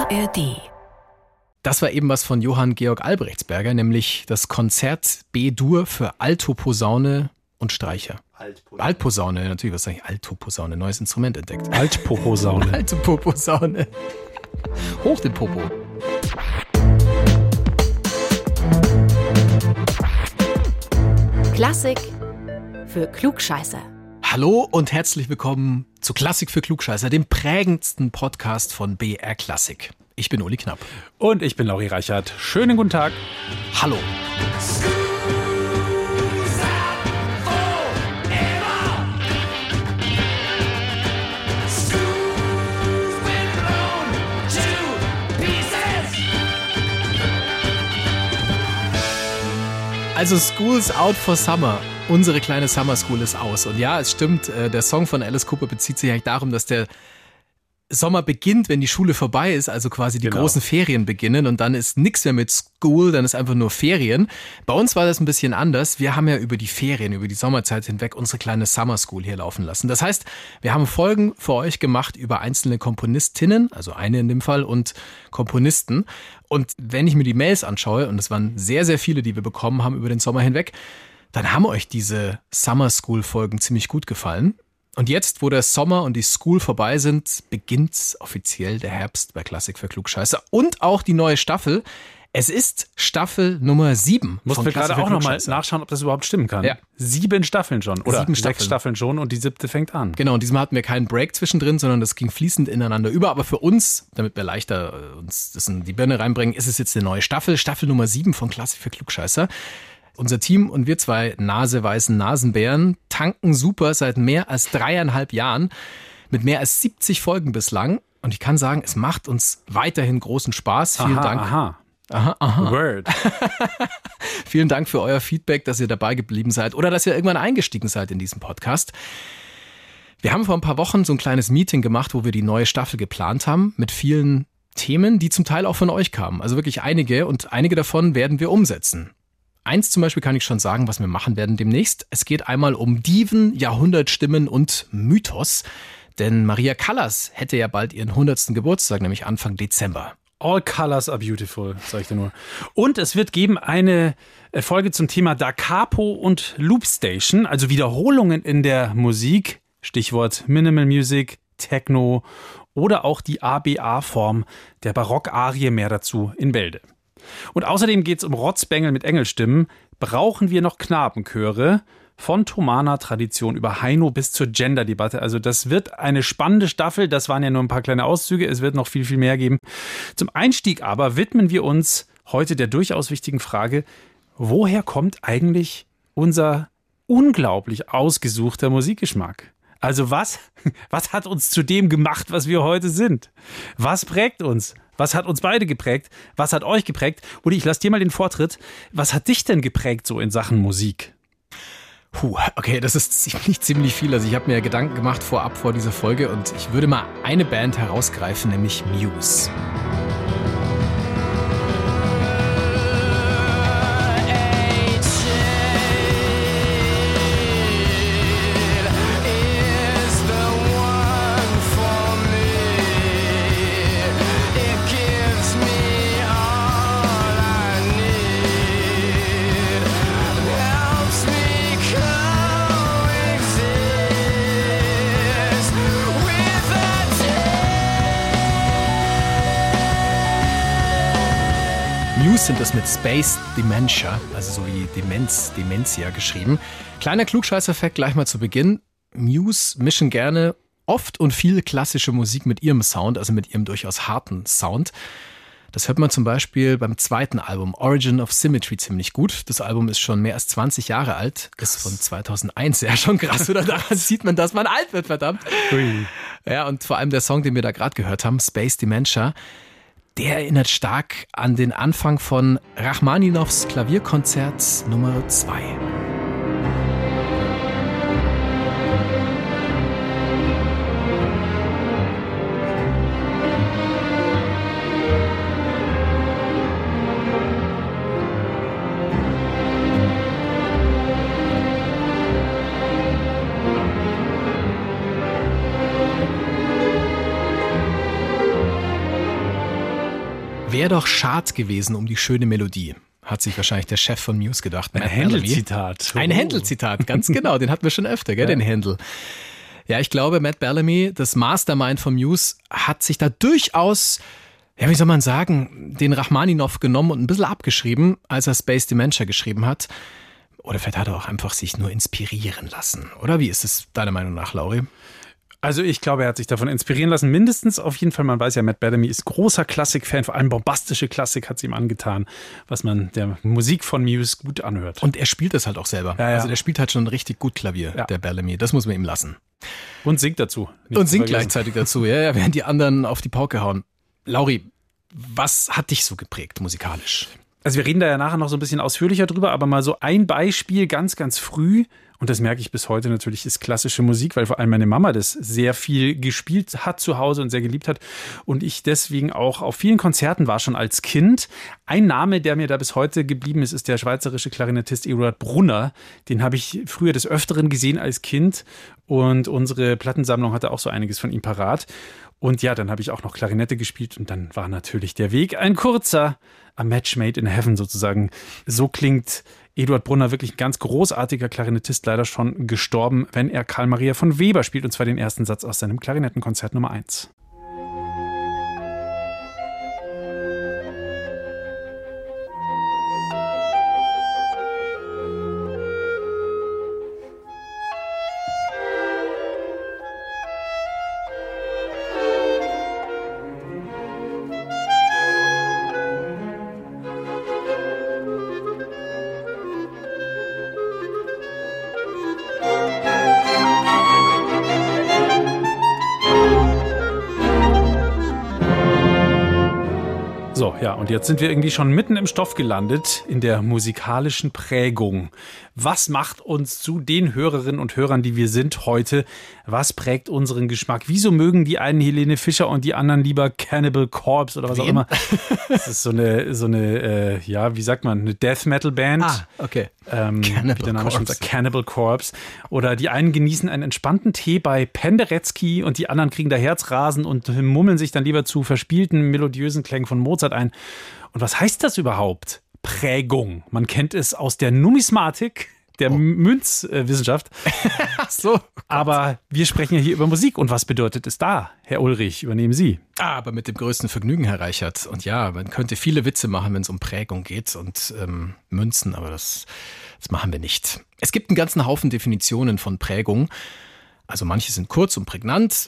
ARD. Das war eben was von Johann Georg Albrechtsberger, nämlich das Konzert B-Dur für Alto, Posaune und Streicher. Altposaune, natürlich, was sage ich? Altoposaune, neues Instrument entdeckt. Altpoposaune. Altoposaune. Hoch den Popo. Klassik für Klugscheißer. Hallo und herzlich willkommen zu Klassik für Klugscheißer, dem prägendsten Podcast von BR Klassik. Ich bin Uli Knapp. Und ich bin Lauri Reichert. Schönen guten Tag. Hallo. Also School's out for summer. Unsere kleine Summer School ist aus. Und ja, es stimmt, der Song von Alice Cooper bezieht sich eigentlich darum, dass der Sommer beginnt, wenn die Schule vorbei ist, also quasi die großen Ferien beginnen und dann ist nichts mehr mit School, dann ist einfach nur Ferien. Bei uns war das ein bisschen anders. Wir haben ja über die Ferien, über die Sommerzeit hinweg unsere kleine Summer School hier laufen lassen. Das heißt, wir haben Folgen für euch gemacht über einzelne Komponistinnen, also eine in dem Fall, und Komponisten. Und wenn ich mir die Mails anschaue, und es waren sehr, sehr viele, die wir bekommen haben über den Sommer hinweg, dann haben euch diese Summer School Folgen ziemlich gut gefallen. Und jetzt, wo der Sommer und die School vorbei sind, beginnt offiziell der Herbst bei Klassik für Klugscheißer und auch die neue Staffel. Es ist Staffel Nummer 7. Mussten wir gerade auch nochmal nachschauen, ob das überhaupt stimmen kann. Ja. 7 Staffeln schon oder 7 6 Staffeln schon und die 7. fängt an. Genau, und diesmal hatten wir keinen Break zwischendrin, sondern das ging fließend ineinander über. Aber für uns, damit wir leichter uns das in die Birne reinbringen, ist es jetzt eine neue Staffel. Staffel Nummer 7 von Klassik für Klugscheißer. Unser Team und wir zwei naseweißen Nasenbären tanken super seit mehr als 3,5 Jahren mit mehr als 70 Folgen bislang. Und ich kann sagen, es macht uns weiterhin großen Spaß. Vielen Dank. Aha. Word. Vielen Dank für euer Feedback, dass ihr dabei geblieben seid oder dass ihr irgendwann eingestiegen seid in diesen Podcast. Wir haben vor ein paar Wochen so ein kleines Meeting gemacht, wo wir die neue Staffel geplant haben mit vielen Themen, die zum Teil auch von euch kamen. Also wirklich einige und einige davon werden wir umsetzen. Eins zum Beispiel kann ich schon sagen, was wir machen werden demnächst. Es geht einmal um Diven, Jahrhundertstimmen und Mythos. Denn Maria Callas hätte ja bald ihren 100. Geburtstag, nämlich Anfang Dezember. All colors are beautiful, sag ich dir nur. Und es wird geben eine Folge zum Thema Da Capo und Loopstation, also Wiederholungen in der Musik. Stichwort Minimal Music, Techno oder auch die ABA-Form der Barockarie. Mehr dazu in Bälde. Und außerdem geht es um Rotzbengel mit Engelstimmen. Brauchen wir noch Knabenchöre? Von Thomaner-Tradition über Heino bis zur Gender-Debatte. Also das wird eine spannende Staffel. Das waren ja nur ein paar kleine Auszüge. Es wird noch viel, viel mehr geben. Zum Einstieg aber widmen wir uns heute der durchaus wichtigen Frage, woher kommt eigentlich unser unglaublich ausgesuchter Musikgeschmack? Also was hat uns zu dem gemacht, was wir heute sind? Was prägt uns? Was hat uns beide geprägt? Was hat euch geprägt? Uli, ich lasse dir mal den Vortritt. Was hat dich denn geprägt so in Sachen Musik? Okay, das ist ziemlich viel. Also ich habe mir Gedanken gemacht vor dieser Folge und ich würde mal eine Band herausgreifen, nämlich Muse. Muse sind das mit Space Dementia, also so wie Dementia geschrieben. Kleiner Klugscheißer-Fact gleich mal zu Beginn. Muse mischen gerne oft und viel klassische Musik mit ihrem Sound, also mit ihrem durchaus harten Sound. Das hört man zum Beispiel beim zweiten Album Origin of Symmetry ziemlich gut. Das Album ist schon mehr als 20 Jahre alt, ist von 2001. Ja, schon krass, oder? Daran sieht man, dass man alt wird, verdammt. Ui. Ja, und vor allem der Song, den wir da gerade gehört haben, Space Dementia, der erinnert stark an den Anfang von Rachmaninows Klavierkonzert Nummer 2. Wäre doch schad gewesen um die schöne Melodie, hat sich wahrscheinlich der Chef von Muse gedacht. Ein Händel-Zitat. Ein Händel-Zitat, ganz genau. Den hatten wir schon öfter, gell, den Händel. Ja, ich glaube, Matt Bellamy, das Mastermind von Muse, hat sich da durchaus, ja, wie soll man sagen, den Rachmaninoff genommen und ein bisschen abgeschrieben, als er Space Dementia geschrieben hat. Oder vielleicht hat er auch einfach sich nur inspirieren lassen. Oder wie ist es deiner Meinung nach, Lauri? Also ich glaube, er hat sich davon inspirieren lassen. Mindestens auf jeden Fall, man weiß ja, Matt Bellamy ist großer Klassik-Fan, vor allem bombastische Klassik hat es ihm angetan, was man der Musik von Muse gut anhört. Und er spielt das halt auch selber. Ja. Also der spielt halt schon richtig gut Klavier, der Bellamy. Das muss man ihm lassen. Und singt dazu. Und singt gleichzeitig dazu, ja, während die anderen auf die Pauke hauen. Lauri, was hat dich so geprägt musikalisch? Also wir reden da ja nachher noch so ein bisschen ausführlicher drüber, aber mal so ein Beispiel ganz, ganz früh. Und das merke ich bis heute natürlich, ist klassische Musik, weil vor allem meine Mama das sehr viel gespielt hat zu Hause und sehr geliebt hat. Und ich deswegen auch auf vielen Konzerten war schon als Kind. Ein Name, der mir da bis heute geblieben ist, ist der schweizerische Klarinettist Eduard Brunner. Den habe ich früher des Öfteren gesehen als Kind. Und unsere Plattensammlung hatte auch so einiges von ihm parat. Und ja, dann habe ich auch noch Klarinette gespielt und dann war natürlich der Weg ein kurzer. A Match Made in Heaven sozusagen. So klingt Eduard Brunner, wirklich ein ganz großartiger Klarinettist, leider schon gestorben, wenn er Karl Maria von Weber spielt, und zwar den ersten Satz aus seinem Klarinettenkonzert Nummer 1. So, ja, und jetzt sind wir irgendwie schon mitten im Stoff gelandet, in der musikalischen Prägung. Was macht uns zu den Hörerinnen und Hörern, die wir sind heute? Was prägt unseren Geschmack? Wieso mögen die einen Helene Fischer und die anderen lieber Cannibal Corpse oder was auch immer? Das ist so eine, ja, wie sagt man, eine Death Metal Band. Ah, okay. Cannibal Corpse. Oder die einen genießen einen entspannten Tee bei Penderecki und die anderen kriegen da Herzrasen und mummeln sich dann lieber zu verspielten, melodiösen Klängen von Mozart ein. Und was heißt das überhaupt? Prägung. Man kennt es aus der Numismatik, der Münzwissenschaft. Ach so. Aber wir sprechen ja hier über Musik. Und was bedeutet es da? Herr Ulrich, übernehmen Sie. Aber mit dem größten Vergnügen, Herr Reichert. Und ja, man könnte viele Witze machen, wenn es um Prägung geht und Münzen, aber das machen wir nicht. Es gibt einen ganzen Haufen Definitionen von Prägung. Also manche sind kurz und prägnant.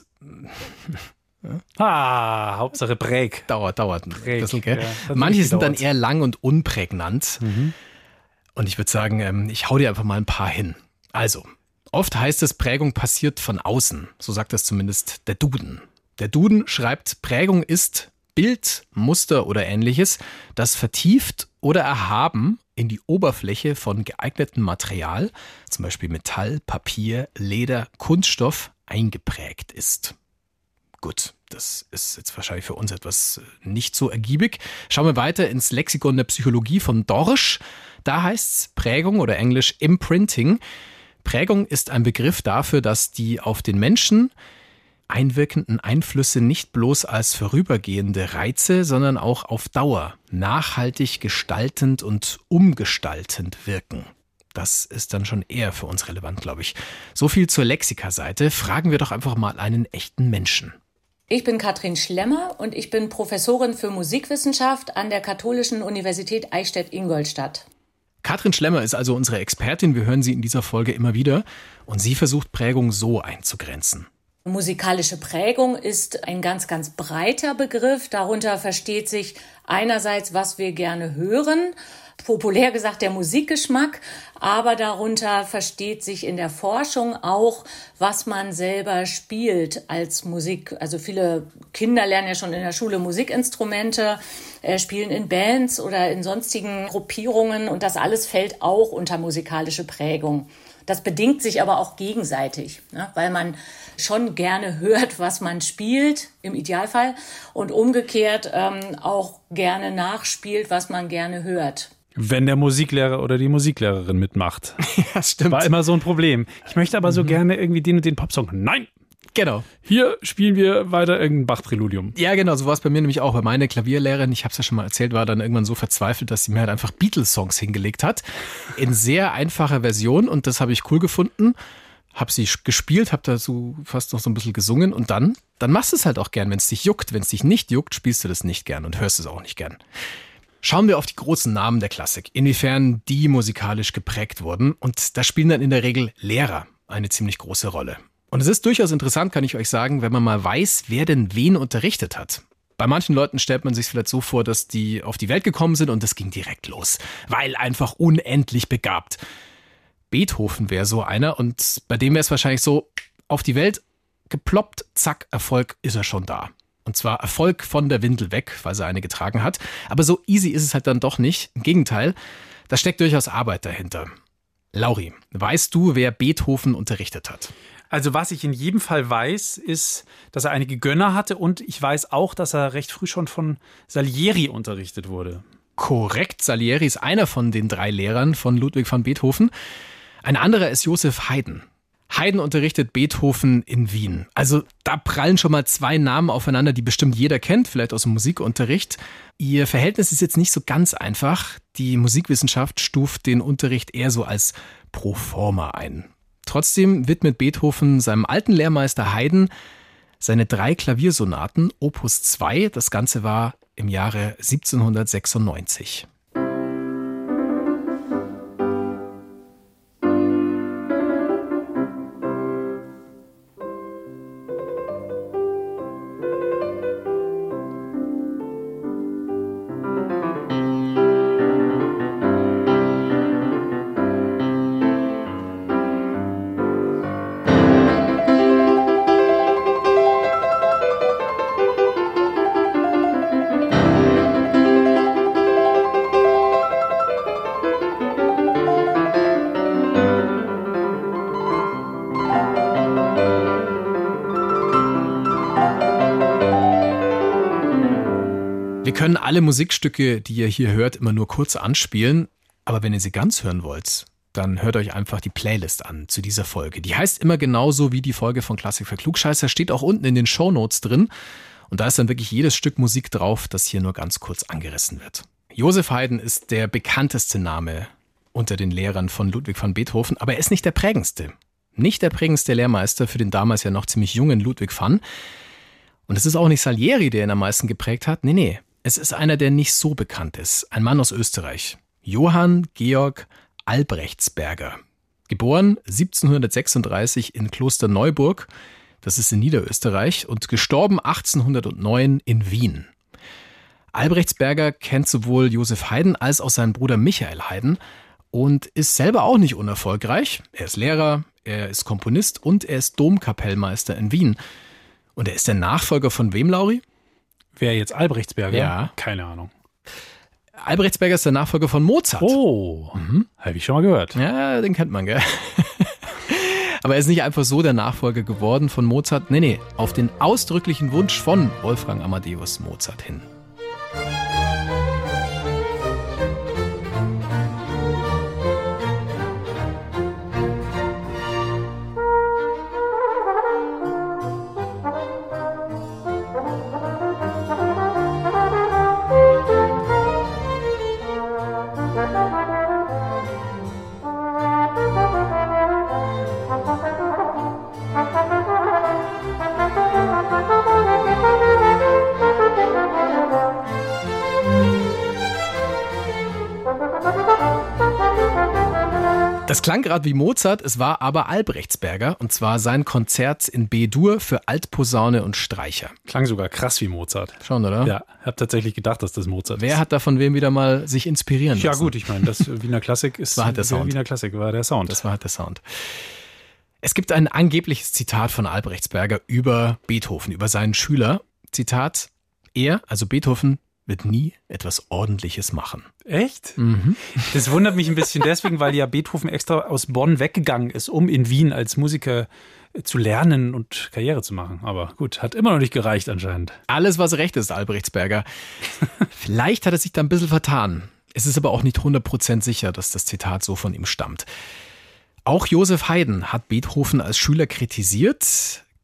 Hauptsache Präg. Dauert ein bisschen, gell? Ja, manche sind dann eher lang und unprägnant. Mhm. Und ich würde sagen, ich hau dir einfach mal ein paar hin. Also, oft heißt es, Prägung passiert von außen. So sagt das zumindest der Duden. Der Duden schreibt, Prägung ist Bild, Muster oder Ähnliches, das vertieft oder erhaben in die Oberfläche von geeignetem Material, zum Beispiel Metall, Papier, Leder, Kunststoff, eingeprägt ist. Gut, das ist jetzt wahrscheinlich für uns etwas nicht so ergiebig. Schauen wir weiter ins Lexikon der Psychologie von Dorsch. Da heißt es Prägung oder englisch Imprinting. Prägung ist ein Begriff dafür, dass die auf den Menschen einwirkenden Einflüsse nicht bloß als vorübergehende Reize, sondern auch auf Dauer nachhaltig gestaltend und umgestaltend wirken. Das ist dann schon eher für uns relevant, glaube ich. So viel zur Lexika-Seite. Fragen wir doch einfach mal einen echten Menschen. Ich bin Katrin Schlemmer und ich bin Professorin für Musikwissenschaft an der Katholischen Universität Eichstätt-Ingolstadt. Katrin Schlemmer ist also unsere Expertin. Wir hören sie in dieser Folge immer wieder. Und sie versucht, Prägung so einzugrenzen. Musikalische Prägung ist ein ganz, ganz breiter Begriff. Darunter versteht sich einerseits, was wir gerne hören, populär gesagt der Musikgeschmack, aber darunter versteht sich in der Forschung auch, was man selber spielt als Musik. Also viele Kinder lernen ja schon in der Schule Musikinstrumente, spielen in Bands oder in sonstigen Gruppierungen und das alles fällt auch unter musikalische Prägung. Das bedingt sich aber auch gegenseitig, ne? Weil man schon gerne hört, was man spielt, im Idealfall, und umgekehrt auch gerne nachspielt, was man gerne hört. Wenn der Musiklehrer oder die Musiklehrerin mitmacht. Ja, stimmt. War immer so ein Problem. Ich möchte aber so gerne irgendwie den und den Popsong. Nein! Genau. Hier spielen wir weiter irgendein Bach-Präludium. Ja, genau, so war es bei mir nämlich auch. Weil meine Klavierlehrerin, ich habe es ja schon mal erzählt, war dann irgendwann so verzweifelt, dass sie mir halt einfach Beatles-Songs hingelegt hat. In sehr einfacher Version und das habe ich cool gefunden. Habe sie gespielt, habe dazu fast noch so ein bisschen gesungen und dann machst du es halt auch gern, wenn es dich juckt. Wenn es dich nicht juckt, spielst du das nicht gern und hörst es auch nicht gern. Schauen wir auf die großen Namen der Klassik, inwiefern die musikalisch geprägt wurden. Und da spielen dann in der Regel Lehrer eine ziemlich große Rolle. Und es ist durchaus interessant, kann ich euch sagen, wenn man mal weiß, wer denn wen unterrichtet hat. Bei manchen Leuten stellt man sich vielleicht so vor, dass die auf die Welt gekommen sind und es ging direkt los, weil einfach unendlich begabt. Beethoven wäre so einer und bei dem wäre es wahrscheinlich so, auf die Welt geploppt, zack, Erfolg ist er schon da. Und zwar Erfolg von der Windel weg, weil er eine getragen hat. Aber so easy ist es halt dann doch nicht. Im Gegenteil, da steckt durchaus Arbeit dahinter. Lauri, weißt du, wer Beethoven unterrichtet hat? Also was ich in jedem Fall weiß, ist, dass er einige Gönner hatte und ich weiß auch, dass er recht früh schon von Salieri unterrichtet wurde. Korrekt, Salieri ist einer von den 3 Lehrern von Ludwig van Beethoven. Ein anderer ist Joseph Haydn. Haydn unterrichtet Beethoven in Wien. Also da prallen schon mal 2 Namen aufeinander, die bestimmt jeder kennt, vielleicht aus dem Musikunterricht. Ihr Verhältnis ist jetzt nicht so ganz einfach. Die Musikwissenschaft stuft den Unterricht eher so als pro forma ein. Trotzdem widmet Beethoven seinem alten Lehrmeister Haydn seine 3 Klaviersonaten, Opus 2. Das Ganze war im Jahre 1796. Wir können alle Musikstücke, die ihr hier hört, immer nur kurz anspielen. Aber wenn ihr sie ganz hören wollt, dann hört euch einfach die Playlist an zu dieser Folge. Die heißt immer genauso wie die Folge von Klassik für Klugscheißer, steht auch unten in den Shownotes drin. Und da ist dann wirklich jedes Stück Musik drauf, das hier nur ganz kurz angerissen wird. Joseph Haydn ist der bekannteste Name unter den Lehrern von Ludwig van Beethoven, aber er ist nicht der prägendste. Nicht der prägendste Lehrmeister für den damals ja noch ziemlich jungen Ludwig van. Und es ist auch nicht Salieri, der ihn am meisten geprägt hat. Nee. Es ist einer, der nicht so bekannt ist. Ein Mann aus Österreich. Johann Georg Albrechtsberger. Geboren 1736 in Klosterneuburg. Das ist in Niederösterreich. Und gestorben 1809 in Wien. Albrechtsberger kennt sowohl Joseph Haydn als auch seinen Bruder Michael Haydn und ist selber auch nicht unerfolgreich. Er ist Lehrer, er ist Komponist und er ist Domkapellmeister in Wien. Und er ist der Nachfolger von wem, Lauri? Wer jetzt Albrechtsberger? Ja. Keine Ahnung. Albrechtsberger ist der Nachfolger von Mozart. Oh, habe ich schon mal gehört. Ja, den kennt man, gell? Aber er ist nicht einfach so der Nachfolger geworden von Mozart. Nee, auf den ausdrücklichen Wunsch von Wolfgang Amadeus Mozart hin. Das klang gerade wie Mozart, es war aber Albrechtsberger und zwar sein Konzert in B-Dur für Altposaune und Streicher. Klang sogar krass wie Mozart. Schon, oder? Ja, habe tatsächlich gedacht, dass das Mozart ist. Wer hat da von wem wieder mal sich inspirieren lassen? Ja gut, ich meine, das Wiener Klassik ist war halt der Sound. Wiener Klassik war der Sound. Das war halt der Sound. Es gibt ein angebliches Zitat von Albrechtsberger über Beethoven, über seinen Schüler. Zitat: Er, also Beethoven, wird nie etwas Ordentliches machen. Echt? Mhm. Das wundert mich ein bisschen deswegen, weil ja Beethoven extra aus Bonn weggegangen ist, um in Wien als Musiker zu lernen und Karriere zu machen. Aber gut, hat immer noch nicht gereicht anscheinend. Alles, was recht ist, Albrechtsberger. Vielleicht hat er sich da ein bisschen vertan. Es ist aber auch nicht 100% sicher, dass das Zitat so von ihm stammt. Auch Joseph Haydn hat Beethoven als Schüler kritisiert.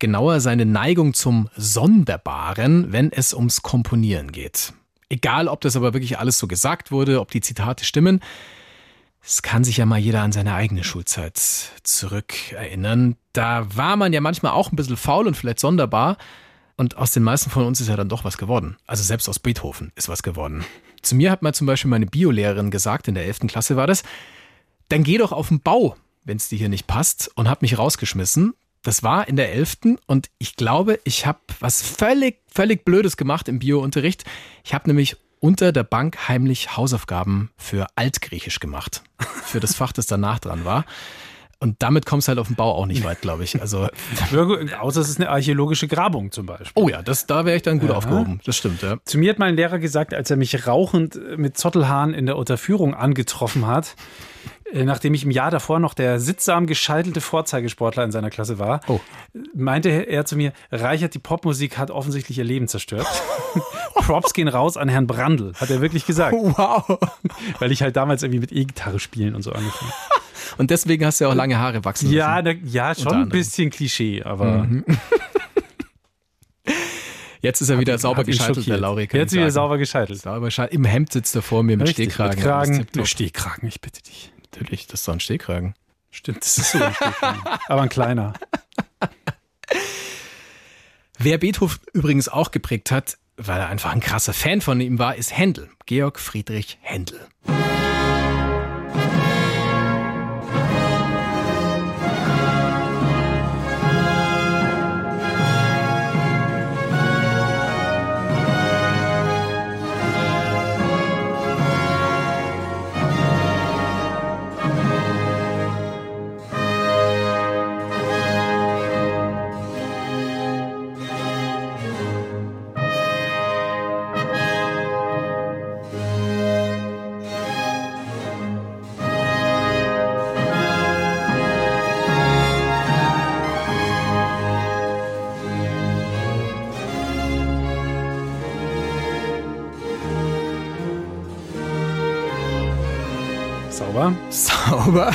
genauer seine Neigung zum Sonderbaren, wenn es ums Komponieren geht. Egal, ob das aber wirklich alles so gesagt wurde, ob die Zitate stimmen. Es kann sich ja mal jeder an seine eigene Schulzeit zurückerinnern. Da war man ja manchmal auch ein bisschen faul und vielleicht sonderbar. Und aus den meisten von uns ist ja dann doch was geworden. Also selbst aus Beethoven ist was geworden. Zu mir hat mal zum Beispiel meine Biolehrerin gesagt, in der 11. Klasse war das, dann geh doch auf den Bau, wenn es dir hier nicht passt, und hat mich rausgeschmissen. Das war in der 11. und ich glaube, ich habe was völlig Blödes gemacht im Bio-Unterricht. Ich habe nämlich unter der Bank heimlich Hausaufgaben für Altgriechisch gemacht. Für das Fach, das danach dran war. Und damit kommst du halt auf dem Bau auch nicht weit, glaube ich. Also, außer es ist eine archäologische Grabung zum Beispiel. Oh ja, da wäre ich dann gut aufgehoben. Das stimmt, ja. Zu mir hat mein Lehrer gesagt, als er mich rauchend mit Zottelhahn in der Unterführung angetroffen hat, nachdem ich im Jahr davor noch der sittsam gescheitelte Vorzeigesportler in seiner Klasse war, meinte er zu mir, Reichert, die Popmusik hat offensichtlich ihr Leben zerstört. Props gehen raus an Herrn Brandl, hat er wirklich gesagt. Wow. Weil ich halt damals irgendwie mit E-Gitarre spielen und so angefangen habe. Und deswegen hast du ja auch lange Haare wachsen lassen. Ja, schon ein bisschen Klischee, aber... Jetzt ist er wieder sauber gescheitelt, der Lauri. Jetzt wieder sauber gescheitelt. Im Hemd sitzt er vor mir mit Stehkragen. Mit Stehkragen, ich bitte dich. Natürlich, das ist doch ein Stehkragen. Stimmt, das ist so ein Stehkragen. Aber ein kleiner. Wer Beethoven übrigens auch geprägt hat, weil er einfach ein krasser Fan von ihm war, ist Händel. Georg Friedrich Händel. Sauber.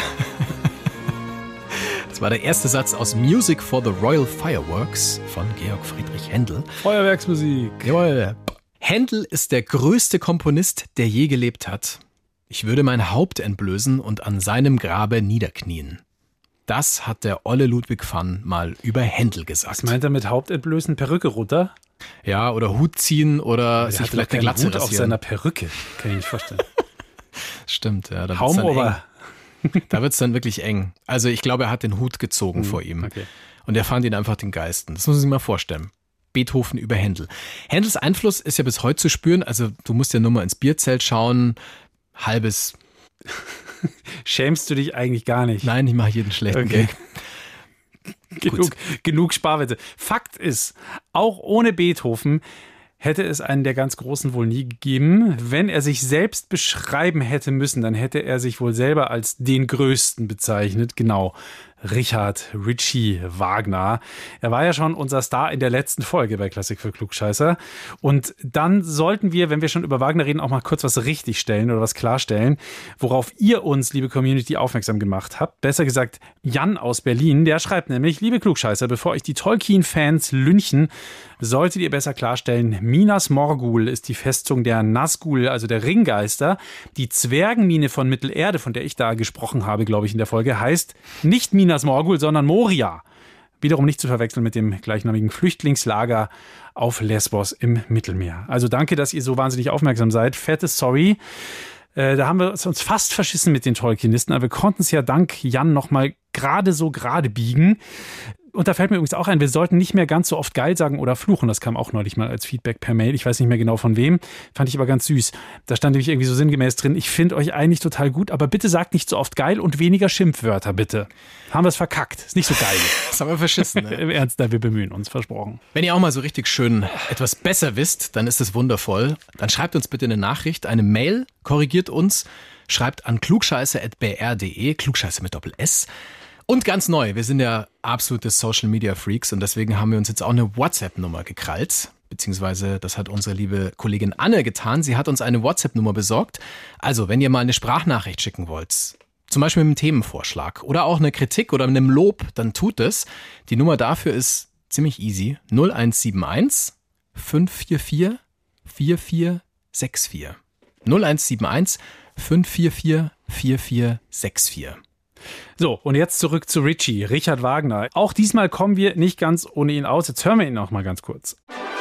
Das war der erste Satz aus Music for the Royal Fireworks von Georg Friedrich Händel. Feuerwerksmusik. Jawohl. Händel ist der größte Komponist, der je gelebt hat. Ich würde mein Haupt entblößen und an seinem Grabe niederknien. Das hat der olle Ludwig van mal über Händel gesagt. Was meint er mit Haupt entblößen? Perücke runter? Ja, oder Hut ziehen oder sich vielleicht eine Glatze Hut rasieren. Auf seiner Perücke, kann ich nicht vorstellen. Stimmt, ja. Da wird's dann wirklich eng. Also ich glaube, er hat den Hut gezogen vor ihm. Okay. Und er fand ihn einfach den Geisten. Das muss man sich mal vorstellen. Beethoven über Händel. Händels Einfluss ist ja bis heute zu spüren. Also du musst ja nur mal ins Bierzelt schauen. Halbes. Schämst du dich eigentlich gar nicht? Nein, ich mache jeden schlechten Gag. Genug Sparwette. Fakt ist, auch ohne Beethoven hätte es einen der ganz Großen wohl nie gegeben. Wenn er sich selbst beschreiben hätte müssen, dann hätte er sich wohl selber als den Größten bezeichnet. Genau, Richard Ritchie Wagner. Er war ja schon unser Star in der letzten Folge bei Klassik für Klugscheißer. Und dann sollten wir, wenn wir schon über Wagner reden, auch mal kurz was richtigstellen oder was klarstellen, worauf ihr uns, liebe Community, aufmerksam gemacht habt. Besser gesagt, Jan aus Berlin, der schreibt nämlich, liebe Klugscheißer, bevor euch die Tolkien-Fans lynchen, solltet ihr besser klarstellen, Minas Morgul ist die Festung der Nazgul, also der Ringgeister. Die Zwergenmine von Mittelerde, von der ich da gesprochen habe, glaube ich, in der Folge, heißt nicht Minas Morgul, sondern Moria. Wiederum nicht zu verwechseln mit dem gleichnamigen Flüchtlingslager auf Lesbos im Mittelmeer. Also danke, dass ihr so wahnsinnig aufmerksam seid. Fettes Sorry. Da haben wir uns fast verschissen mit den Tolkienisten, aber wir konnten es ja dank Jan nochmal gerade biegen. Und da fällt mir übrigens auch ein, wir sollten nicht mehr ganz so oft geil sagen oder fluchen. Das kam auch neulich mal als Feedback per Mail. Ich weiß nicht mehr genau von wem. Fand ich aber ganz süß. Da stand nämlich irgendwie so sinngemäß drin, ich finde euch eigentlich total gut, aber bitte sagt nicht so oft geil und weniger Schimpfwörter, bitte. Haben wir es verkackt. Ist nicht so geil. Das haben wir verschissen. Ne? Im Ernst, wir bemühen uns, versprochen. Wenn ihr auch mal so richtig schön etwas besser wisst, dann ist es wundervoll. Dann schreibt uns bitte eine Nachricht, eine Mail, korrigiert uns, schreibt an klugscheiße@br.de, Klugscheiße mit Doppel-S. Und ganz neu, wir sind ja absolute Social-Media-Freaks und deswegen haben wir uns jetzt auch eine WhatsApp-Nummer gekrallt. Beziehungsweise das hat unsere liebe Kollegin Anne getan. Sie hat uns eine WhatsApp-Nummer besorgt. Also, wenn ihr mal eine Sprachnachricht schicken wollt, zum Beispiel mit einem Themenvorschlag oder auch eine Kritik oder mit einem Lob, dann tut es. Die Nummer dafür ist ziemlich easy. 0171 544 4464. 0171 544 4464. So, und jetzt zurück zu Richie, Richard Wagner. Auch diesmal kommen wir nicht ganz ohne ihn aus. Jetzt hören wir ihn noch mal ganz kurz.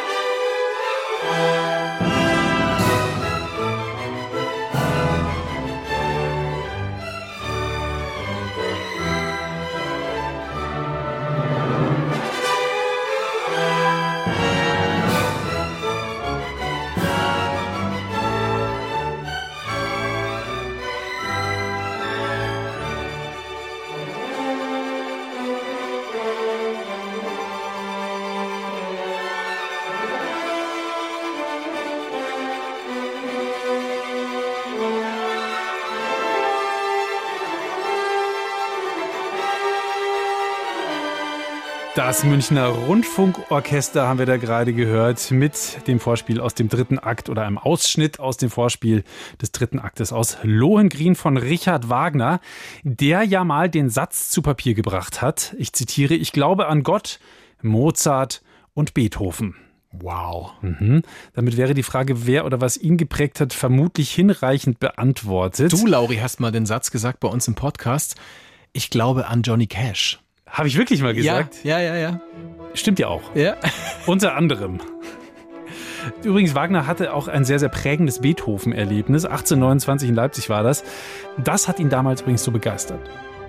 Das Münchner Rundfunkorchester haben wir da gerade gehört mit dem Vorspiel aus dem 3. Akt oder einem Ausschnitt aus dem Vorspiel des 3. Aktes aus Lohengrin von Richard Wagner, der ja mal den Satz zu Papier gebracht hat. Ich zitiere: Ich glaube an Gott, Mozart und Beethoven. Wow. Damit wäre die Frage, wer oder was ihn geprägt hat, vermutlich hinreichend beantwortet. Du, Lauri, hast mal den Satz gesagt bei uns im Podcast: Ich glaube an Johnny Cash. Habe ich wirklich mal gesagt? Ja. Stimmt ja auch. Ja. Unter anderem. Übrigens, Wagner hatte auch ein sehr, sehr prägendes Beethoven-Erlebnis. 1829 in Leipzig war das. Das hat ihn damals übrigens so begeistert.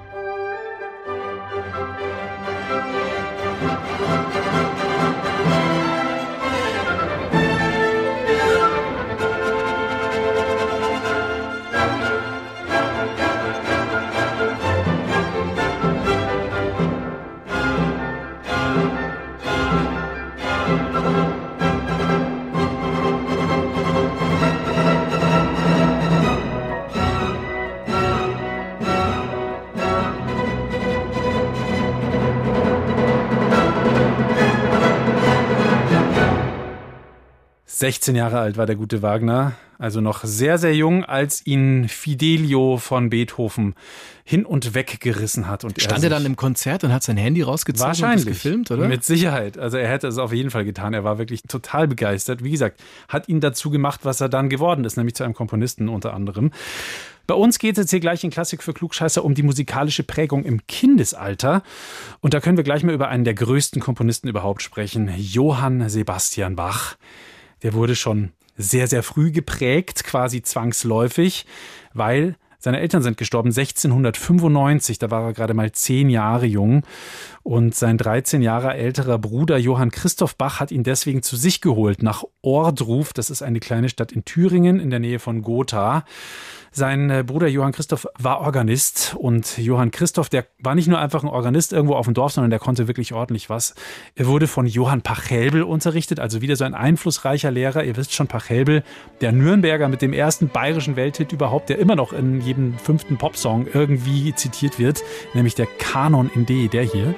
...16 Jahre alt war der gute Wagner, also noch sehr, sehr jung, als ihn Fidelio von Beethoven hin und weg gerissen hat. Und Stand er dann im Konzert und hat sein Handy rausgezogen wahrscheinlich und das gefilmt, oder? Mit Sicherheit. Also er hätte es auf jeden Fall getan. Er war wirklich total begeistert. Wie gesagt, hat ihn dazu gemacht, was er dann geworden ist, nämlich zu einem Komponisten unter anderem. Bei uns geht es jetzt hier gleich in Klassik für Klugscheißer um die musikalische Prägung im Kindesalter. Und da können wir gleich mal über einen der größten Komponisten überhaupt sprechen, Johann Sebastian Bach. Der wurde schon sehr, sehr früh geprägt, quasi zwangsläufig, weil seine Eltern sind gestorben 1695, da war er gerade mal 10 Jahre jung. Und sein 13 Jahre älterer Bruder Johann Christoph Bach hat ihn deswegen zu sich geholt nach Ohrdruf. Das ist eine kleine Stadt in Thüringen in der Nähe von Gotha. Sein Bruder Johann Christoph war Organist und Johann Christoph, der war nicht nur einfach ein Organist irgendwo auf dem Dorf, sondern der konnte wirklich ordentlich was. Er wurde von Johann Pachelbel unterrichtet, also wieder so ein einflussreicher Lehrer. Ihr wisst schon, Pachelbel, der Nürnberger mit dem ersten bayerischen Welthit überhaupt, der immer noch in jedem 5. Popsong irgendwie zitiert wird, nämlich der Kanon in D, der hier.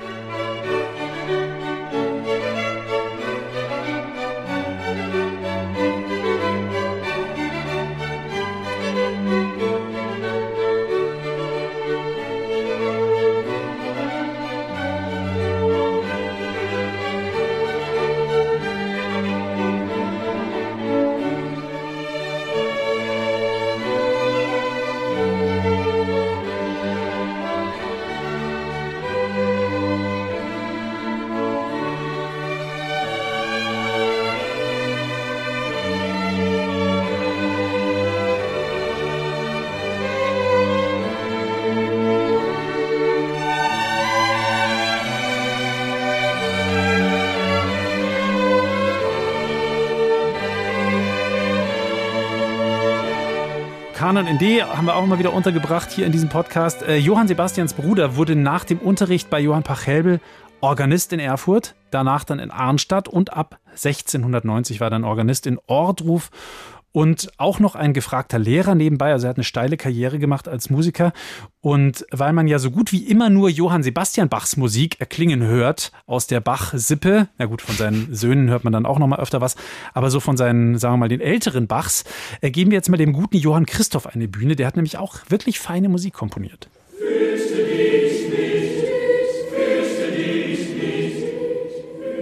Kanon in D haben wir auch mal wieder untergebracht hier in diesem Podcast. Johann Sebastians Bruder wurde nach dem Unterricht bei Johann Pachelbel Organist in Erfurt, danach dann in Arnstadt und ab 1690 war dann Organist in Ohrdruf und auch noch ein gefragter Lehrer nebenbei. Also er hat eine steile Karriere gemacht als Musiker. Und weil man ja so gut wie immer nur Johann Sebastian Bachs Musik erklingen hört aus der Bach-Sippe, na gut, von seinen Söhnen hört man dann auch noch mal öfter was, aber so von seinen, sagen wir mal, den älteren Bachs, geben wir jetzt mal dem guten Johann Christoph eine Bühne. Der hat nämlich auch wirklich feine Musik komponiert. Fürchte dich nicht, fürchte dich nicht,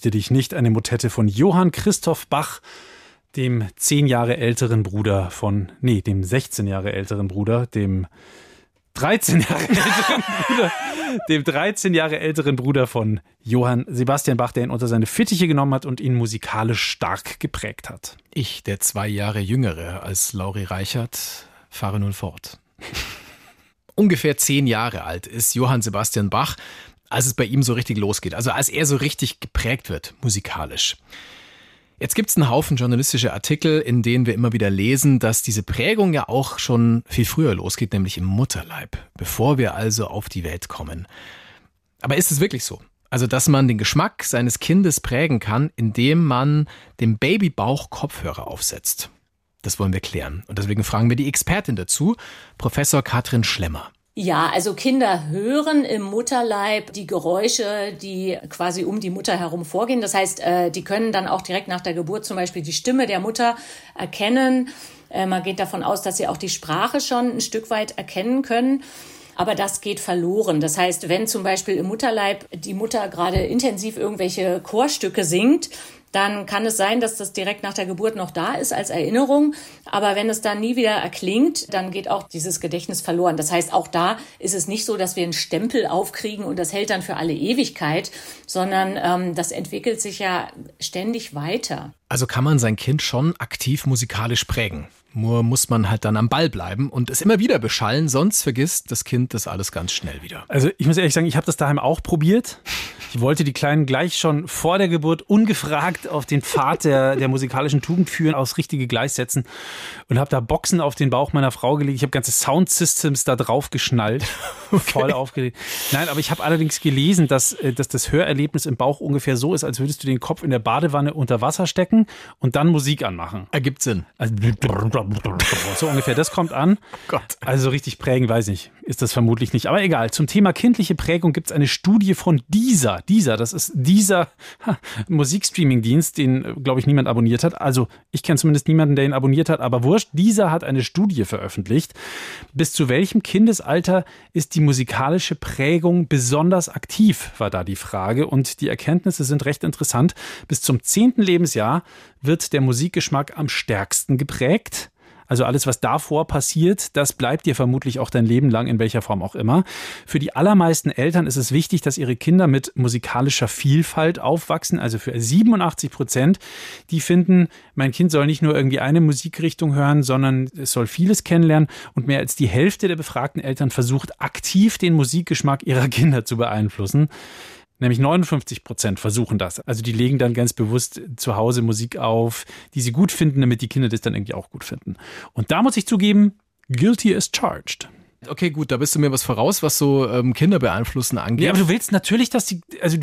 Fürchte dich nicht, eine Motette von Johann Christoph Bach, dem 16 Jahre älteren Bruder, dem 13 Jahre älteren Bruder von Johann Sebastian Bach, der ihn unter seine Fittiche genommen hat und ihn musikalisch stark geprägt hat. Ich, der 2 Jahre jüngere als Lauri Reichert, fahre nun fort. Ungefähr 10 Jahre alt ist Johann Sebastian Bach, als es bei ihm so richtig losgeht. Also als er so richtig geprägt wird, musikalisch. Jetzt gibt es einen Haufen journalistische Artikel, in denen wir immer wieder lesen, dass diese Prägung ja auch schon viel früher losgeht, nämlich im Mutterleib, bevor wir also auf die Welt kommen. Aber ist es wirklich so? Also, dass man den Geschmack seines Kindes prägen kann, indem man dem Babybauch Kopfhörer aufsetzt? Das wollen wir klären. Und deswegen fragen wir die Expertin dazu, Professor Katrin Schlemmer. Ja, also Kinder hören im Mutterleib die Geräusche, die quasi um die Mutter herum vorgehen. Das heißt, die können dann auch direkt nach der Geburt zum Beispiel die Stimme der Mutter erkennen. Man geht davon aus, dass sie auch die Sprache schon ein Stück weit erkennen können. Aber das geht verloren. Das heißt, wenn zum Beispiel im Mutterleib die Mutter gerade intensiv irgendwelche Chorstücke singt, dann kann es sein, dass das direkt nach der Geburt noch da ist als Erinnerung. Aber wenn es dann nie wieder erklingt, dann geht auch dieses Gedächtnis verloren. Das heißt, auch da ist es nicht so, dass wir einen Stempel aufkriegen und das hält dann für alle Ewigkeit, sondern das entwickelt sich ja ständig weiter. Also kann man sein Kind schon aktiv musikalisch prägen. Nur muss man halt dann am Ball bleiben und es immer wieder beschallen, sonst vergisst das Kind das alles ganz schnell wieder. Also ich muss ehrlich sagen, ich habe das daheim auch probiert. Ich wollte die Kleinen gleich schon vor der Geburt ungefragt auf den Pfad der musikalischen Tugend führen, aufs richtige Gleis setzen und habe da Boxen auf den Bauch meiner Frau gelegt. Ich habe ganze Soundsystems da drauf geschnallt, voll aufgelegt. Nein, aber ich habe allerdings gelesen, dass das Hörerlebnis im Bauch ungefähr so ist, als würdest du den Kopf in der Badewanne unter Wasser stecken und dann Musik anmachen. Ergibt Sinn. Also, so ungefähr, das kommt an. Gott. Also richtig prägen, weiß ich, ist das vermutlich nicht. Aber egal, zum Thema kindliche Prägung gibt es eine Studie von Deezer, das ist dieser Musikstreaming-Dienst, den, glaube ich, niemand abonniert hat. Also ich kenne zumindest niemanden, der ihn abonniert hat, aber wurscht, Deezer hat eine Studie veröffentlicht. Bis zu welchem Kindesalter ist die musikalische Prägung besonders aktiv, war da die Frage. Und die Erkenntnisse sind recht interessant. Bis zum 10. Lebensjahr wird der Musikgeschmack am stärksten geprägt. Also alles, was davor passiert, das bleibt dir vermutlich auch dein Leben lang, in welcher Form auch immer. Für die allermeisten Eltern ist es wichtig, dass ihre Kinder mit musikalischer Vielfalt aufwachsen. Also für 87%, die finden, mein Kind soll nicht nur irgendwie eine Musikrichtung hören, sondern es soll vieles kennenlernen. Und mehr als die Hälfte der befragten Eltern versucht aktiv den Musikgeschmack ihrer Kinder zu beeinflussen. Nämlich 59% versuchen das. Also die legen dann ganz bewusst zu Hause Musik auf, die sie gut finden, damit die Kinder das dann irgendwie auch gut finden. Und da muss ich zugeben, guilty as charged. Okay, gut, da bist du mir was voraus, was so Kinder beeinflussen angeht. Ja, aber du willst natürlich, das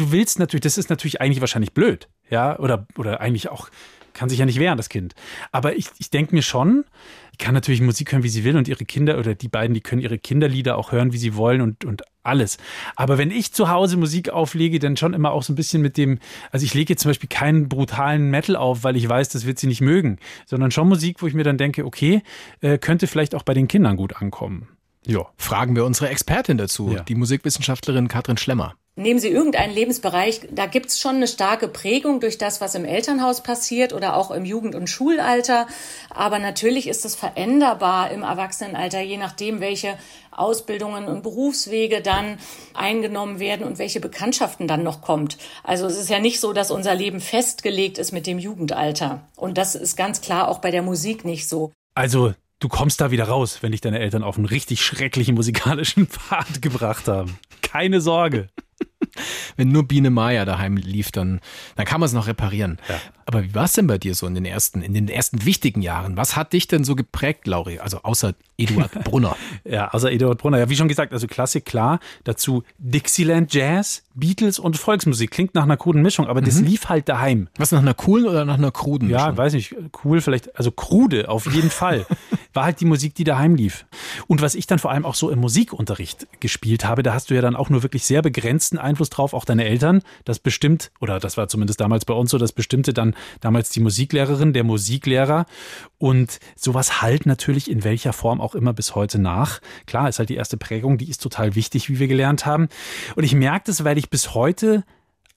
ist natürlich eigentlich wahrscheinlich blöd. Ja, oder eigentlich auch, kann sich ja nicht wehren, das Kind. Aber ich denke mir schon, die kann natürlich Musik hören, wie sie will und ihre Kinder oder die beiden, die können ihre Kinderlieder auch hören, wie sie wollen und alles. Aber wenn ich zu Hause Musik auflege, dann schon immer auch so ein bisschen mit dem, also ich lege jetzt zum Beispiel keinen brutalen Metal auf, weil ich weiß, das wird sie nicht mögen, sondern schon Musik, wo ich mir dann denke, okay, könnte vielleicht auch bei den Kindern gut ankommen. Ja, fragen wir unsere Expertin dazu, die Musikwissenschaftlerin Katrin Schlemmer. Nehmen Sie irgendeinen Lebensbereich, da gibt's schon eine starke Prägung durch das, was im Elternhaus passiert oder auch im Jugend- und Schulalter. Aber natürlich ist es veränderbar im Erwachsenenalter, je nachdem, welche Ausbildungen und Berufswege dann eingenommen werden und welche Bekanntschaften dann noch kommt. Also es ist ja nicht so, dass unser Leben festgelegt ist mit dem Jugendalter. Und das ist ganz klar auch bei der Musik nicht so. Also du kommst da wieder raus, wenn dich deine Eltern auf einen richtig schrecklichen musikalischen Pfad gebracht haben. Keine Sorge. Wenn nur Biene Maya daheim lief, dann kann man es noch reparieren. Ja. Aber wie war es denn bei dir so in den ersten wichtigen Jahren? Was hat dich denn so geprägt, Lauri? Also außer Eduard Brunner. Ja, außer Eduard Brunner. Ja, wie schon gesagt, also Klassik, klar. Dazu Dixieland Jazz, Beatles und Volksmusik. Klingt nach einer coolen Mischung, aber das lief halt daheim. Was, nach einer coolen oder nach einer kruden Mischung? Ja, weiß nicht. Cool vielleicht, also krude auf jeden Fall. War halt die Musik, die daheim lief. Und was ich dann vor allem auch so im Musikunterricht gespielt habe, da hast du ja dann auch nur wirklich sehr begrenzten Einfluss drauf, auch deine Eltern. Das bestimmt, oder das war zumindest damals bei uns so, das bestimmte dann damals die Musiklehrerin, der Musiklehrer. Und sowas halt natürlich in welcher Form auch immer bis heute nach. Klar, ist halt die erste Prägung, die ist total wichtig, wie wir gelernt haben. Und ich merke das, weil ich bis heute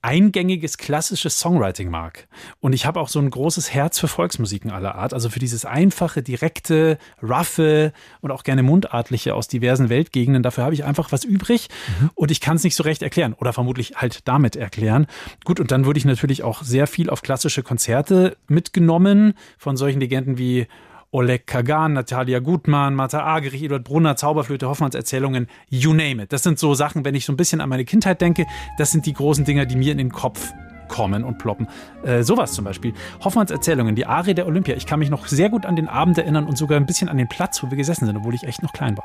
eingängiges, klassisches Songwriting mag. Und ich habe auch so ein großes Herz für Volksmusiken aller Art, also für dieses einfache, direkte, roughe und auch gerne mundartliche aus diversen Weltgegenden. Dafür habe ich einfach was übrig und ich kann es nicht so recht erklären oder vermutlich halt damit erklären. Gut, und dann wurde ich natürlich auch sehr viel auf klassische Konzerte mitgenommen von solchen Legenden wie Oleg Kagan, Natalia Gutmann, Martha Argerich, Eduard Brunner, Zauberflöte, Hoffmanns Erzählungen, you name it. Das sind so Sachen, wenn ich so ein bisschen an meine Kindheit denke, das sind die großen Dinger, die mir in den Kopf kommen und ploppen. Sowas zum Beispiel. Hoffmanns Erzählungen, die Arie der Olympia. Ich kann mich noch sehr gut an den Abend erinnern und sogar ein bisschen an den Platz, wo wir gesessen sind, obwohl ich echt noch klein war.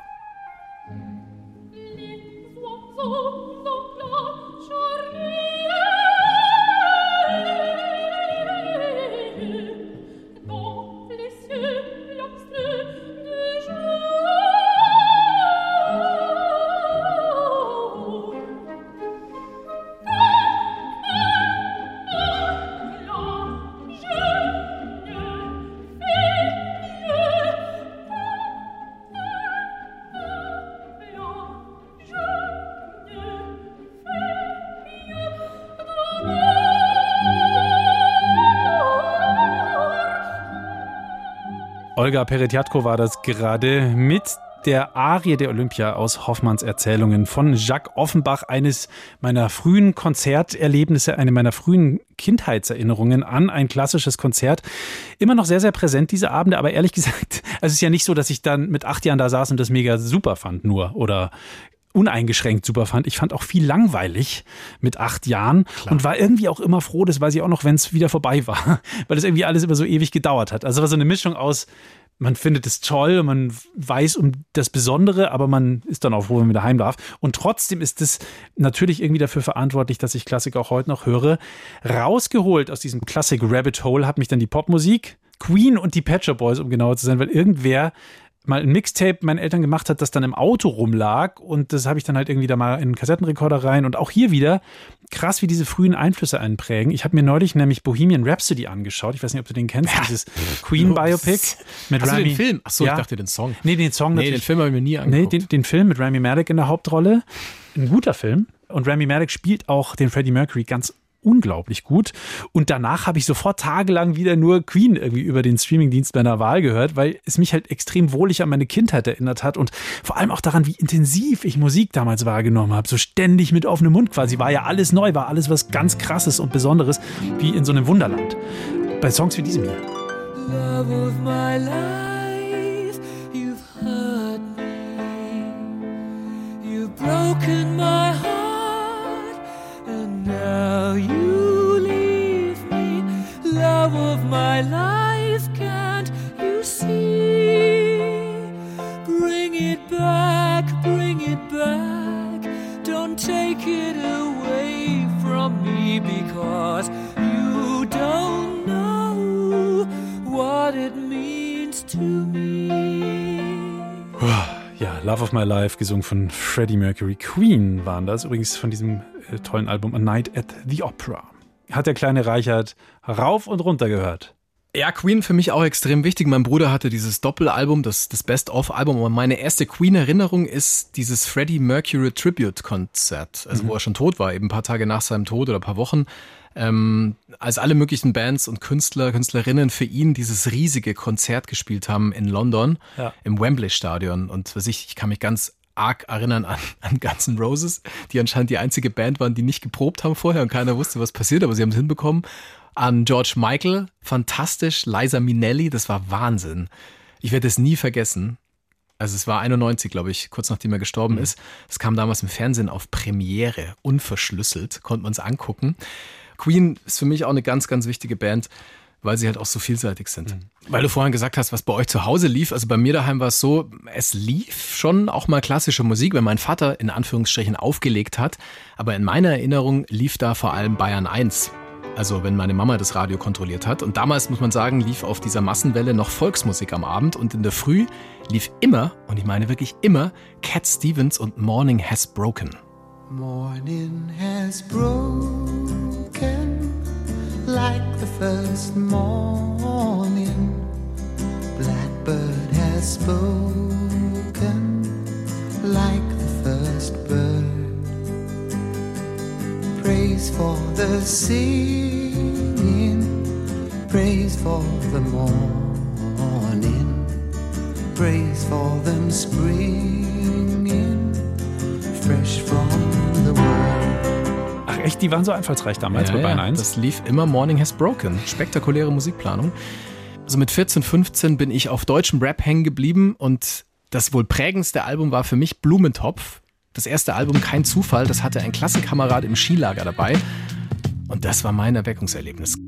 Olga Peretjatko war das gerade mit der Arie der Olympia aus Hoffmanns Erzählungen von Jacques Offenbach, eines meiner frühen Konzerterlebnisse, eine meiner frühen Kindheitserinnerungen an ein klassisches Konzert. Immer noch sehr, sehr präsent, diese Abende, aber ehrlich gesagt, es ist ja nicht so, dass ich dann mit 8 Jahren da saß und das mega super fand nur oder uneingeschränkt super fand. Ich fand auch viel langweilig mit 8 Jahren. Klar. Und war irgendwie auch immer froh, das weiß ich auch noch, wenn es wieder vorbei war, weil es irgendwie alles immer so ewig gedauert hat. Also war so eine Mischung aus, man findet es toll, man weiß um das Besondere, aber man ist dann auch froh, wenn man wieder heim darf. Und trotzdem ist es natürlich irgendwie dafür verantwortlich, dass ich Klassik auch heute noch höre. Rausgeholt aus diesem Classic Rabbit Hole hat mich dann die Popmusik, Queen und die Pet Shop Boys, um genauer zu sein, weil irgendwer mal ein Mixtape meinen Eltern gemacht hat, das dann im Auto rumlag und das habe ich dann halt irgendwie da mal in einen Kassettenrekorder rein und auch hier wieder krass, wie diese frühen Einflüsse einprägen. Ich habe mir neulich nämlich Bohemian Rhapsody angeschaut. Ich weiß nicht, ob du den kennst, dieses Queen-Biopic mit Hast Rami. du den Film? Achso, ja. Ich dachte den Song. Nee, den Song natürlich. Nee, den Film habe ich mir nie angeguckt. Nee, den Film mit Rami Malek in der Hauptrolle. Ein guter Film. Und Rami Malek spielt auch den Freddie Mercury ganz unglaublich gut. Und danach habe ich sofort tagelang wieder nur Queen irgendwie über den Streamingdienst meiner Wahl gehört, weil es mich halt extrem wohlig an meine Kindheit erinnert hat und vor allem auch daran, wie intensiv ich Musik damals wahrgenommen habe. So ständig mit offenem Mund quasi. War ja alles neu, war alles was ganz Krasses und Besonderes, wie in so einem Wunderland. Bei Songs wie diesem hier. Love of my life, you've hurt me. You've broken my heart, and now you leave me. Love of my life, can't you see? Bring it back, don't take it away from me, because you don't know what it means to me. Ja, Love of My Life, gesungen von Freddie Mercury. Queen waren das, übrigens von diesem tollen Album A Night at the Opera. Hat der kleine Reichert rauf und runter gehört. Ja, Queen für mich auch extrem wichtig. Mein Bruder hatte dieses Doppelalbum, das Best-of-Album. Und meine erste Queen-Erinnerung ist dieses Freddie Mercury Tribute-Konzert. Also wo er schon tot war, eben ein paar Tage nach seinem Tod oder ein paar Wochen. Als alle möglichen Bands und Künstler, Künstlerinnen für ihn dieses riesige Konzert gespielt haben in London, im Wembley-Stadion. Und ich kann mich ganz arg erinnern an Guns N' Roses, die anscheinend die einzige Band waren, die nicht geprobt haben vorher und keiner wusste, was passiert, aber sie haben es hinbekommen. An George Michael, fantastisch, Liza Minnelli, das war Wahnsinn. Ich werde es nie vergessen. Also es war 91, glaube ich, kurz nachdem er gestorben ist. Es kam damals im Fernsehen auf Premiere, unverschlüsselt, konnte man es angucken. Queen ist für mich auch eine ganz, ganz wichtige Band, weil sie halt auch so vielseitig sind. Weil du vorhin gesagt hast, was bei euch zu Hause lief. Also bei mir daheim war es so, es lief schon auch mal klassische Musik, wenn mein Vater in Anführungsstrichen aufgelegt hat. Aber in meiner Erinnerung lief da vor allem Bayern 1. Also wenn meine Mama das Radio kontrolliert hat. Und damals, muss man sagen, lief auf dieser Massenwelle noch Volksmusik am Abend. Und in der Früh lief immer, und ich meine wirklich immer, Cat Stevens und Morning Has Broken. Morning has broken like the first morning. Blackbird has spoken like the first bird. Praise for the singing praise for the morning, praise for them springing fresh from the world. Ach echt, die waren so einfallsreich damals bei Bayern 1? Das lief immer Morning Has Broken. Spektakuläre Musikplanung. Also mit 14, 15 bin ich auf deutschem Rap hängen geblieben und das wohl prägendste Album war für mich Blumentopf. Das erste Album Kein Zufall, das hatte ein Klassenkamerad im Skilager dabei und das war mein Erweckungserlebnis.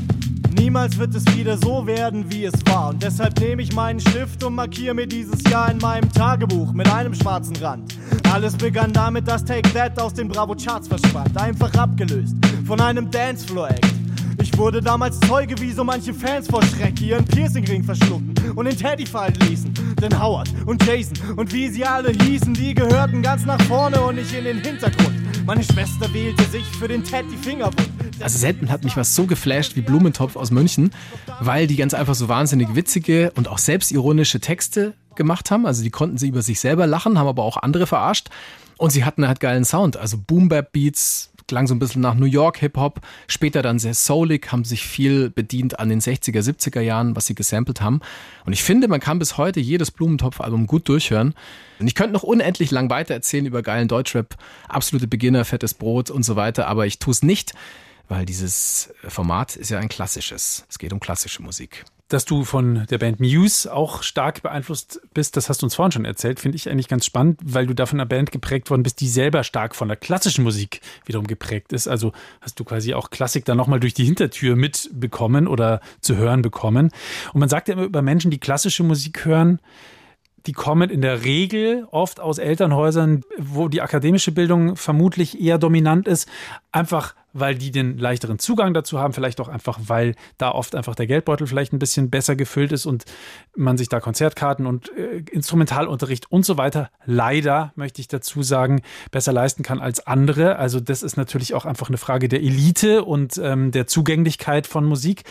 Niemals wird es wieder so werden, wie es war. Und deshalb nehme ich meinen Stift und markiere mir dieses Jahr in meinem Tagebuch mit einem schwarzen Rand. Alles begann damit, dass Take That aus den Bravo-Charts verschwand. Einfach abgelöst von einem Dancefloor-Act. Ich wurde damals Zeuge, wie so manche Fans vor Schreck ihren Piercingring verschluckten und den Teddy fallen ließen. Denn Howard und Jason und wie sie alle hießen, die gehörten ganz nach vorne und nicht in den Hintergrund. Meine Schwester wählte sich für den Teddy Fingerwund. Also selten hat mich was so geflasht wie Blumentopf aus München, weil die ganz einfach so wahnsinnig witzige und auch selbstironische Texte gemacht haben. Also die konnten sie über sich selber lachen, haben aber auch andere verarscht. Und sie hatten halt geilen Sound, also Boom-Bap-Beats, klang so ein bisschen nach New York Hip-Hop, später dann sehr soulig, haben sich viel bedient an den 60er, 70er Jahren, was sie gesampelt haben. Und ich finde, man kann bis heute jedes Blumentopf-Album gut durchhören. Und ich könnte noch unendlich lang weiter erzählen über geilen Deutschrap, absolute Beginner, fettes Brot und so weiter, aber ich tue es nicht, weil dieses Format ist ja ein klassisches. Es geht um klassische Musik. Dass du von der Band Muse auch stark beeinflusst bist, das hast du uns vorhin schon erzählt, finde ich eigentlich ganz spannend, weil du da von einer Band geprägt worden bist, die selber stark von der klassischen Musik wiederum geprägt ist. Also hast du quasi auch Klassik dann nochmal durch die Hintertür mitbekommen oder zu hören bekommen. Und man sagt ja immer über Menschen, die klassische Musik hören, die kommen in der Regel oft aus Elternhäusern, wo die akademische Bildung vermutlich eher dominant ist, einfach weil die den leichteren Zugang dazu haben, vielleicht auch einfach, weil da oft einfach der Geldbeutel vielleicht ein bisschen besser gefüllt ist und man sich da Konzertkarten und Instrumentalunterricht und so weiter, leider, möchte ich dazu sagen, besser leisten kann als andere. Also das ist natürlich auch einfach eine Frage der Elite und der Zugänglichkeit von Musik.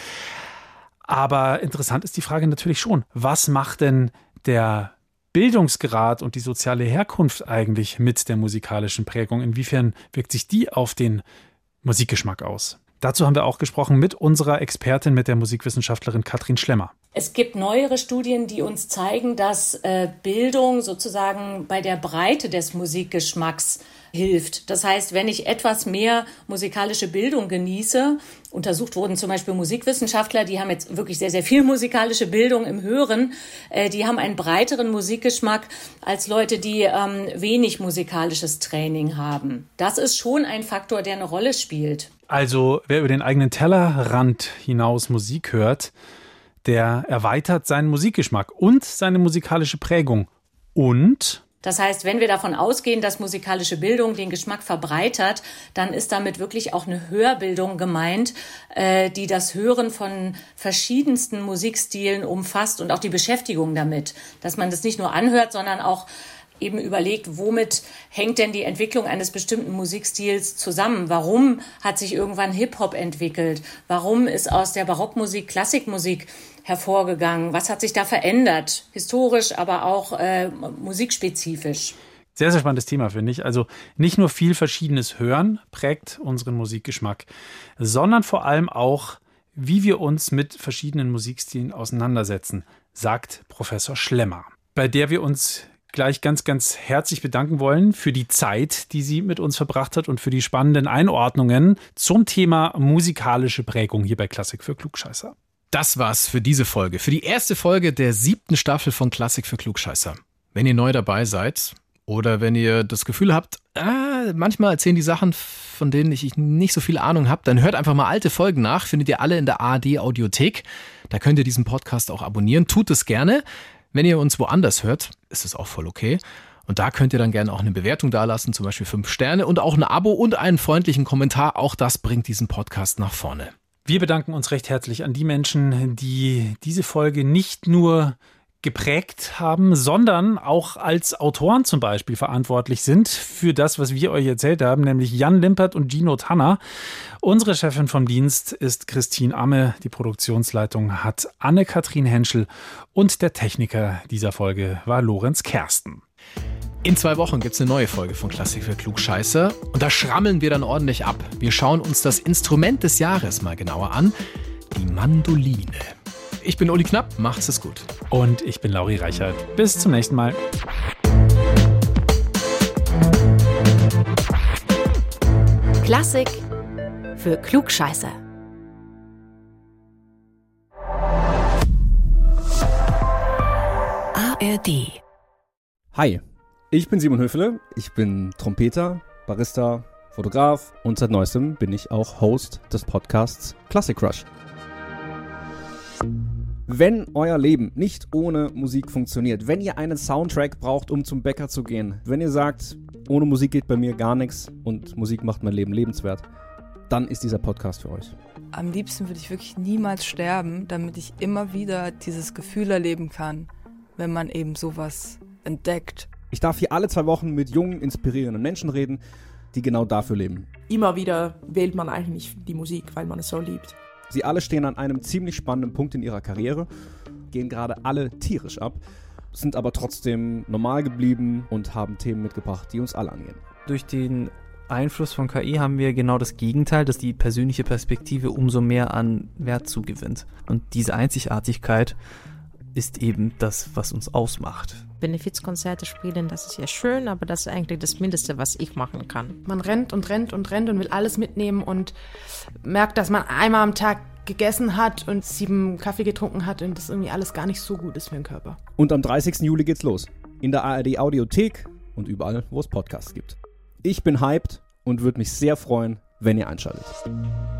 Aber interessant ist die Frage natürlich schon, was macht denn der Bildungsgrad und die soziale Herkunft eigentlich mit der musikalischen Prägung? Inwiefern wirkt sich die auf den Musikgeschmack aus? Dazu haben wir auch gesprochen mit unserer Expertin, mit der Musikwissenschaftlerin Katrin Schlemmer. Es gibt neuere Studien, die uns zeigen, dass Bildung sozusagen bei der Breite des Musikgeschmacks hilft. Das heißt, wenn ich etwas mehr musikalische Bildung genieße, untersucht wurden zum Beispiel Musikwissenschaftler, die haben jetzt wirklich sehr, sehr viel musikalische Bildung im Hören, die haben einen breiteren Musikgeschmack als Leute, die wenig musikalisches Training haben. Das ist schon ein Faktor, der eine Rolle spielt. Also wer über den eigenen Tellerrand hinaus Musik hört, der erweitert seinen Musikgeschmack und seine musikalische Prägung. Und das heißt, wenn wir davon ausgehen, dass musikalische Bildung den Geschmack verbreitert, dann ist damit wirklich auch eine Hörbildung gemeint, die das Hören von verschiedensten Musikstilen umfasst und auch die Beschäftigung damit. Dass man das nicht nur anhört, sondern auch eben überlegt, womit hängt denn die Entwicklung eines bestimmten Musikstils zusammen? Warum hat sich irgendwann Hip-Hop entwickelt? Warum ist aus der Barockmusik Klassikmusik hervorgegangen? Was hat sich da verändert? Historisch, aber auch musikspezifisch. Sehr, sehr spannendes Thema, finde ich. Also nicht nur viel verschiedenes Hören prägt unseren Musikgeschmack, sondern vor allem auch, wie wir uns mit verschiedenen Musikstilen auseinandersetzen, sagt Professor Schlemmer, bei der wir uns gleich ganz, ganz herzlich bedanken wollen für die Zeit, die sie mit uns verbracht hat und für die spannenden Einordnungen zum Thema musikalische Prägung hier bei Klassik für Klugscheißer. Das war's für diese Folge, für die erste Folge der 7. Staffel von Klassik für Klugscheißer. Wenn ihr neu dabei seid oder wenn ihr das Gefühl habt, manchmal erzählen die Sachen, von denen ich nicht so viel Ahnung habe, dann hört einfach mal alte Folgen nach, findet ihr alle in der ARD-Audiothek. Da könnt ihr diesen Podcast auch abonnieren, tut es gerne. Wenn ihr uns woanders hört, ist es auch voll okay. Und da könnt ihr dann gerne auch eine Bewertung dalassen, zum Beispiel 5 Sterne und auch ein Abo und einen freundlichen Kommentar. Auch das bringt diesen Podcast nach vorne. Wir bedanken uns recht herzlich an die Menschen, die diese Folge nicht nur geprägt haben, sondern auch als Autoren zum Beispiel verantwortlich sind für das, was wir euch erzählt haben, nämlich Jan Limpert und Gino Tanner. Unsere Chefin vom Dienst ist Christine Amme, die Produktionsleitung hat Anne-Kathrin Henschel und der Techniker dieser Folge war Lorenz Kersten. In 2 Wochen gibt es eine neue Folge von Klassik für Klugscheißer und da schrammeln wir dann ordentlich ab. Wir schauen uns das Instrument des Jahres mal genauer an, die Mandoline. Ich bin Uli Knapp, macht's es gut. Und ich bin Lauri Reichert. Bis zum nächsten Mal. Klassik für Klugscheißer. ARD. Hi, ich bin Simon Höfele, ich bin Trompeter, Barista, Fotograf und seit neuestem bin ich auch Host des Podcasts Classic Rush. Wenn euer Leben nicht ohne Musik funktioniert, wenn ihr einen Soundtrack braucht, um zum Bäcker zu gehen, wenn ihr sagt, ohne Musik geht bei mir gar nichts und Musik macht mein Leben lebenswert, dann ist dieser Podcast für euch. Am liebsten würde ich wirklich niemals sterben, damit ich immer wieder dieses Gefühl erleben kann, wenn man eben sowas entdeckt. Ich darf hier alle 2 Wochen mit jungen, inspirierenden Menschen reden, die genau dafür leben. Immer wieder wählt man eigentlich die Musik, weil man es so liebt. Sie alle stehen an einem ziemlich spannenden Punkt in ihrer Karriere, gehen gerade alle tierisch ab, sind aber trotzdem normal geblieben und haben Themen mitgebracht, die uns alle angehen. Durch den Einfluss von KI haben wir genau das Gegenteil, dass die persönliche Perspektive umso mehr an Wert zugewinnt. Und diese Einzigartigkeit ist eben das, was uns ausmacht. Benefizkonzerte spielen, das ist ja schön, aber das ist eigentlich das Mindeste, was ich machen kann. Man rennt und rennt und rennt und will alles mitnehmen und merkt, dass man einmal am Tag gegessen hat und 7 Kaffee getrunken hat und das irgendwie alles gar nicht so gut ist für den Körper. Und am 30. Juli geht's los. In der ARD Audiothek und überall, wo es Podcasts gibt. Ich bin hyped und würde mich sehr freuen, wenn ihr einschaltet.